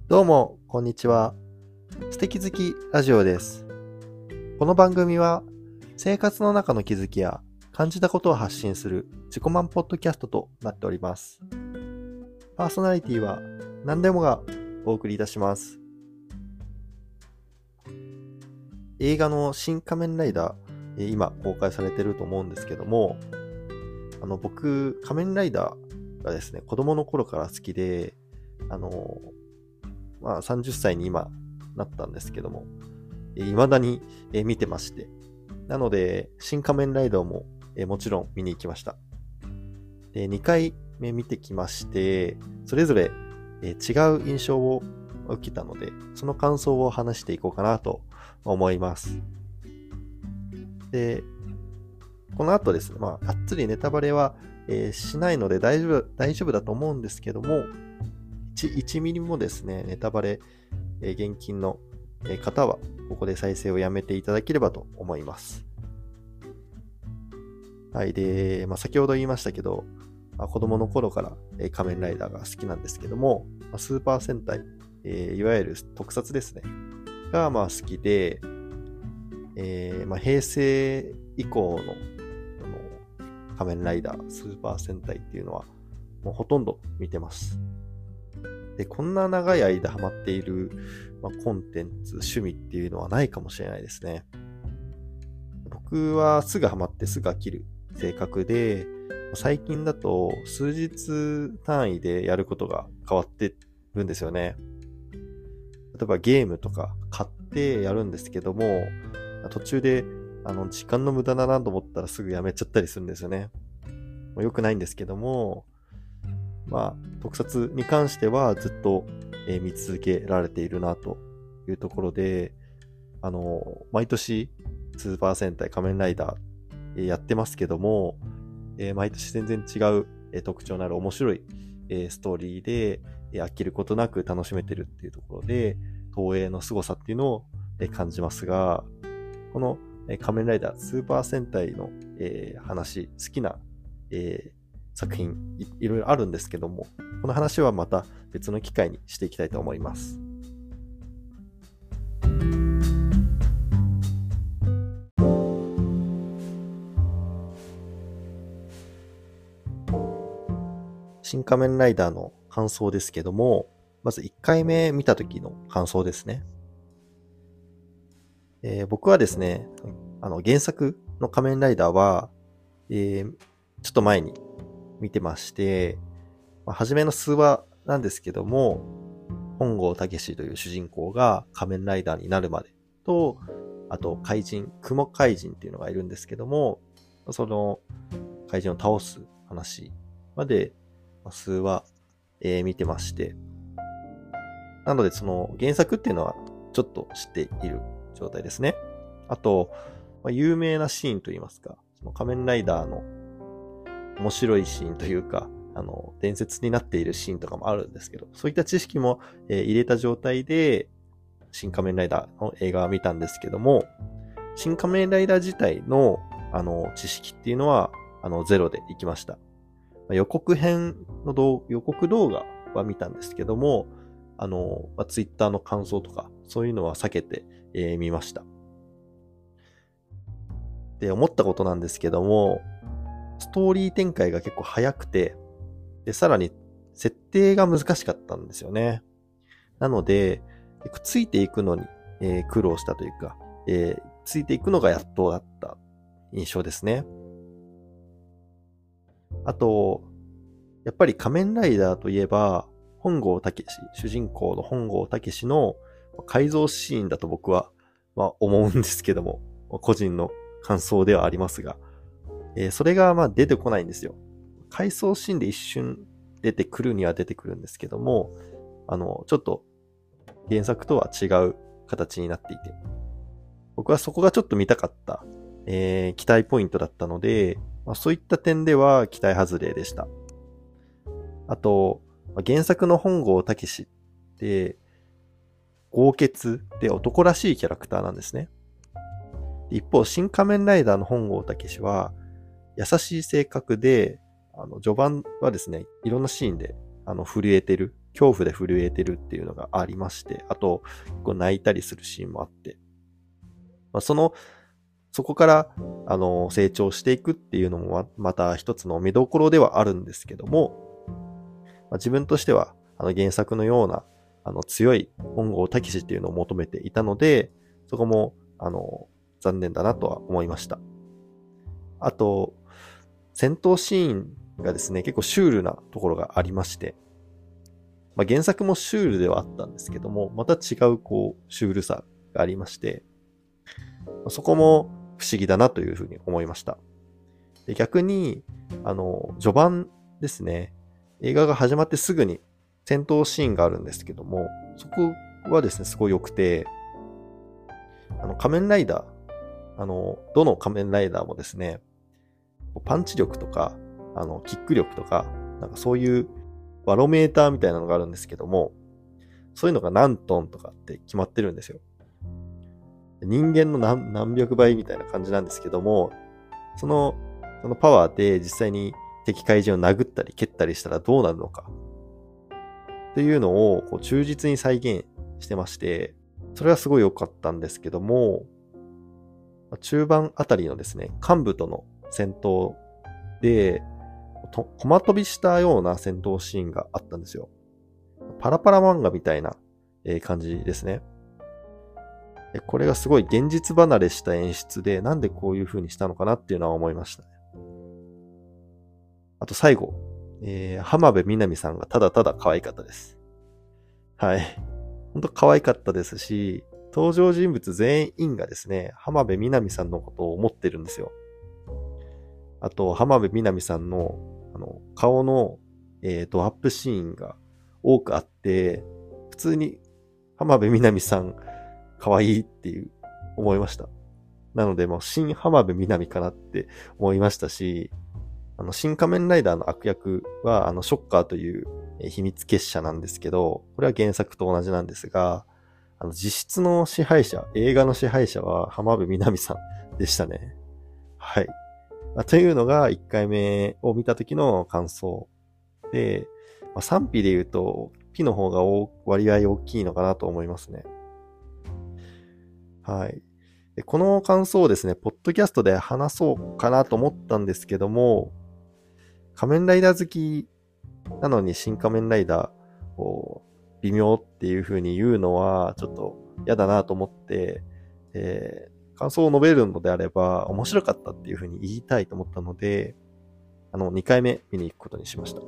どうも、こんにちは。素敵好きラジオです。この番組は、生活の中の気づきや感じたことを発信する自己満ポッドキャストとなっております。パーソナリティは何でもがお送りいたします。映画の新仮面ライダー、今公開されていると思うんですけども、僕、仮面ライダーがですね、子供の頃から好きで、30歳に今なったんですけども、未だに見てまして。なので、新仮面ライダーももちろん見に行きました。で、2回目見てきまして、それぞれ違う印象を受けたので、その感想を話していこうかなと思います。で、この後ですね、がっつりネタバレはしないので大丈夫だと思うんですけども、1ミリもですね、ネタバレ厳禁の方は、ここで再生をやめていただければと思います。はい。で、先ほど言いましたけど、子供の頃から仮面ライダーが好きなんですけども、スーパー戦隊、いわゆる特撮ですね、が好きで、平成以降の仮面ライダー、スーパー戦隊っていうのは、もうほとんど見てます。で、こんな長い間ハマっている、コンテンツ、趣味っていうのはないかもしれないですね。僕はすぐハマってすぐ飽きる性格で、最近だと数日単位でやることが変わってるんですよね。例えばゲームとか買ってやるんですけども、途中で時間の無駄だなと思ったらすぐやめちゃったりするんですよね。良くないんですけども、特撮に関してはずっと見続けられているなというところで、毎年スーパー戦隊仮面ライダーやってますけども、毎年全然違う特徴のある面白いストーリーで飽きることなく楽しめてるっていうところで、東映の凄さっていうのを感じますが、この仮面ライダースーパー戦隊の話、好きな作品 いろいろあるんですけども、この話はまた別の機会にしていきたいと思います。新仮面ライダーの感想ですけども、まず1回目見た時の感想ですね。僕はですね、原作の仮面ライダーは、ちょっと前に見てまして、初めの数話なんですけども、本郷武という主人公が仮面ライダーになるまでと、あと怪人、雲怪人っていうのがいるんですけども、その怪人を倒す話まで数話、見てまして、なのでその原作っていうのはちょっと知っている状態ですね。あと、有名なシーンといいますか、その仮面ライダーの面白いシーンというか、伝説になっているシーンとかもあるんですけど、そういった知識も、入れた状態で、新仮面ライダーの映画を見たんですけども、新仮面ライダー自体の、知識っていうのは、ゼロで行きました。予告編の予告動画は見たんですけども、ツイッターの感想とか、そういうのは避けて、見ました。で、思ったことなんですけども、ストーリー展開が結構早くて、で、さらに設定が難しかったんですよね。なので、ついていくのに、苦労したというか、ついていくのがやっとだった印象ですね。あと、やっぱり仮面ライダーといえば、本郷武主人公の本郷武の改造シーンだと僕は、思うんですけども、個人の感想ではありますが、それが出てこないんですよ。回想シーンで一瞬出てくるには出てくるんですけども、ちょっと原作とは違う形になっていて、僕はそこがちょっと見たかった、期待ポイントだったので、そういった点では期待外れでした。あと、原作の本郷武って、豪傑で男らしいキャラクターなんですね。一方、新仮面ライダーの本郷武は、優しい性格で、序盤はですね、いろんなシーンで、 震えてる、恐怖で震えてるっていうのがありまして、あと、泣いたりするシーンもあって、そこから、成長していくっていうのもまた一つの見どころではあるんですけども、自分としては、原作のような、強い本郷猛っていうのを求めていたので、そこも、残念だなとは思いました。あと、戦闘シーンがですね、結構シュールなところがありまして、原作もシュールではあったんですけども、また違うシュールさがありまして、そこも不思議だなというふうに思いました。で、逆に、序盤ですね、映画が始まってすぐに戦闘シーンがあるんですけども、そこはですね、すごい良くて、仮面ライダー、どの仮面ライダーもですね、パンチ力とか、キック力とか、なんかそういうバロメーターみたいなのがあるんですけども、そういうのが何トンとかって決まってるんですよ。人間の何百倍みたいな感じなんですけども、そのパワーで実際に敵怪人を殴ったり蹴ったりしたらどうなるのかっていうのを忠実に再現してまして、それはすごい良かったんですけども、中盤あたりのですね、幹部との戦闘で、駒飛びしたような戦闘シーンがあったんですよ。パラパラ漫画みたいな感じですね。これがすごい現実離れした演出で、なんでこういう風にしたのかなっていうのは思いましたね。あと最後、浜辺美波さんがただただ可愛かったです。はい。本当可愛かったですし、登場人物全員がですね、浜辺美波さんのことを思ってるんですよ。あと、浜辺美波さんの、顔の、ドアップシーンが多くあって、普通に浜辺美波さん可愛いっていう思いました。なので、もう新浜辺美波かなって思いましたし、新仮面ライダーの悪役は、ショッカーという秘密結社なんですけど、これは原作と同じなんですが、実質の支配者、映画の支配者は浜辺美波さんでしたね。はい。というのが1回目を見た時の感想で、賛否で言うと、P の方が割合大きいのかなと思いますね。はい。でこの感想をですね、ポッドキャストで話そうかなと思ったんですけども、仮面ライダー好きなのに新仮面ライダーを微妙っていう風に言うのはちょっと嫌だなと思って、感想を述べるのであれば面白かったっていう風に言いたいと思ったので、2回目見に行くことにしました。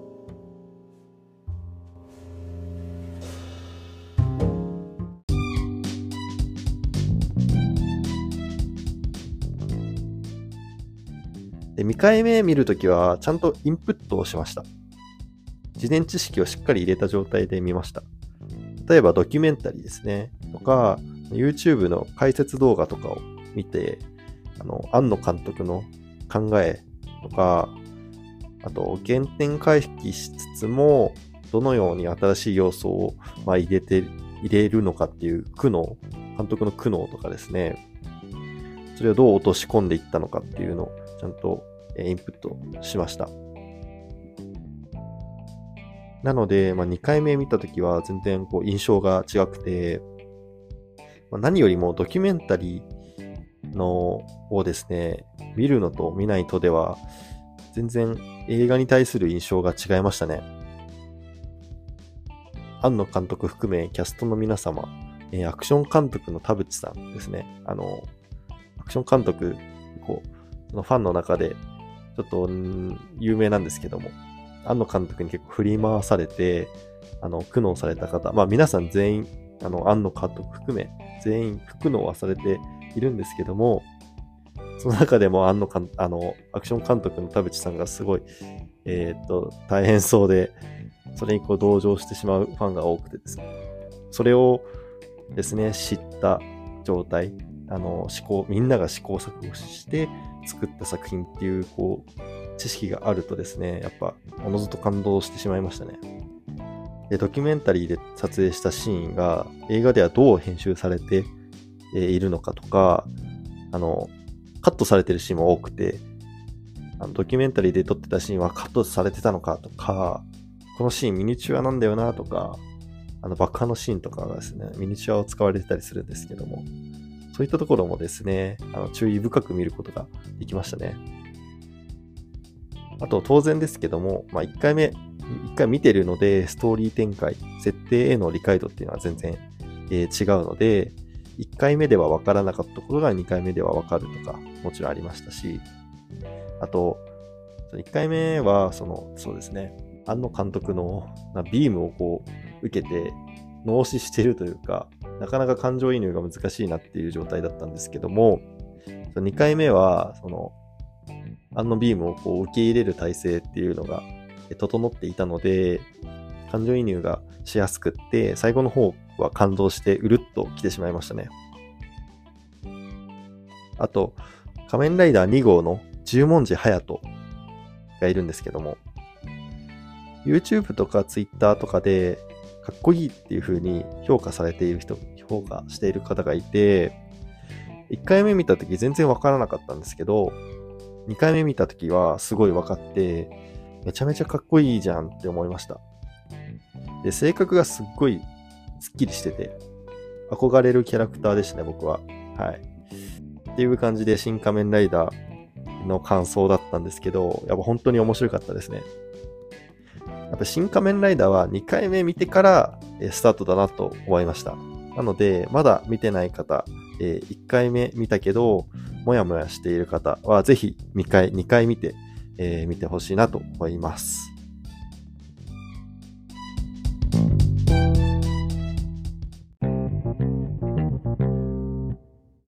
で、2回目見るときはちゃんとインプットをしました。事前知識をしっかり入れた状態で見ました。例えばドキュメンタリーですね。とか、YouTube の解説動画とかを見て、庵野監督の考えとか、あと原点回帰しつつも、どのように新しい要素を入れるのかっていう監督の苦悩とかですね。それをどう落とし込んでいったのかっていうのをちゃんとインプットしました。なので、2回目見たときは全然印象が違くて、何よりもドキュメンタリーをですね、見るのと見ないとでは、全然映画に対する印象が違いましたね。庵野監督含めキャストの皆様、アクション監督の田淵さんですね。アクション監督、そのファンの中でちょっと有名なんですけども、庵野監督に結構振り回されて、苦悩された方、皆さん全員、庵野監督含め、全員苦悩はされているんですけども、その中でもアクション監督の田淵さんがすごい、大変そうで、それに同情してしまうファンが多くてですね、それをですね、知った状態、みんなが試行錯誤して作った作品っていう、知識があるとですね、やっぱ、おのずと感動してしまいましたね。で、ドキュメンタリーで撮影したシーンが、映画ではどう編集されているのかとか、カットされてるシーンも多くて、ドキュメンタリーで撮ってたシーンはカットされてたのかとか、 このシーンミニチュアなんだよなとか、爆破のシーンとかがですね、ミニチュアを使われてたりするんですけども、そういったところもですね、注意深く見ることができましたね。あと当然ですけども、一回見てるので、ストーリー展開、設定への理解度っていうのは全然、違うので、1回目では分からなかったところが2回目では分かるとか、もちろんありましたし、あと、1回目は、そうですね、庵野監督のビームを受けて、脳死してるというか、なかなか感情移入が難しいなっていう状態だったんですけども、2回目は、ビームを受け入れる体制っていうのが整っていたので、感情移入がしやすくって、最後の方は感動してうるっと来てしまいましたね。あと、仮面ライダー2号の十文字隼人がいるんですけども、YouTube とか Twitter とかでかっこいいっていう風に評価している方がいて、1回目見たとき全然わからなかったんですけど、2回目見たときはすごいわかって、めちゃめちゃかっこいいじゃんって思いました。で、性格がすっごいスッキリしてて、憧れるキャラクターでしたね、僕は。はい。っていう感じで新仮面ライダーの感想だったんですけど、やっぱ本当に面白かったですね。やっぱ新仮面ライダーは2回目見てからスタートだなと思いました。なので、まだ見てない方、1回目見たけど、もやもやしている方はぜひ2回見て、見てほしいなと思います。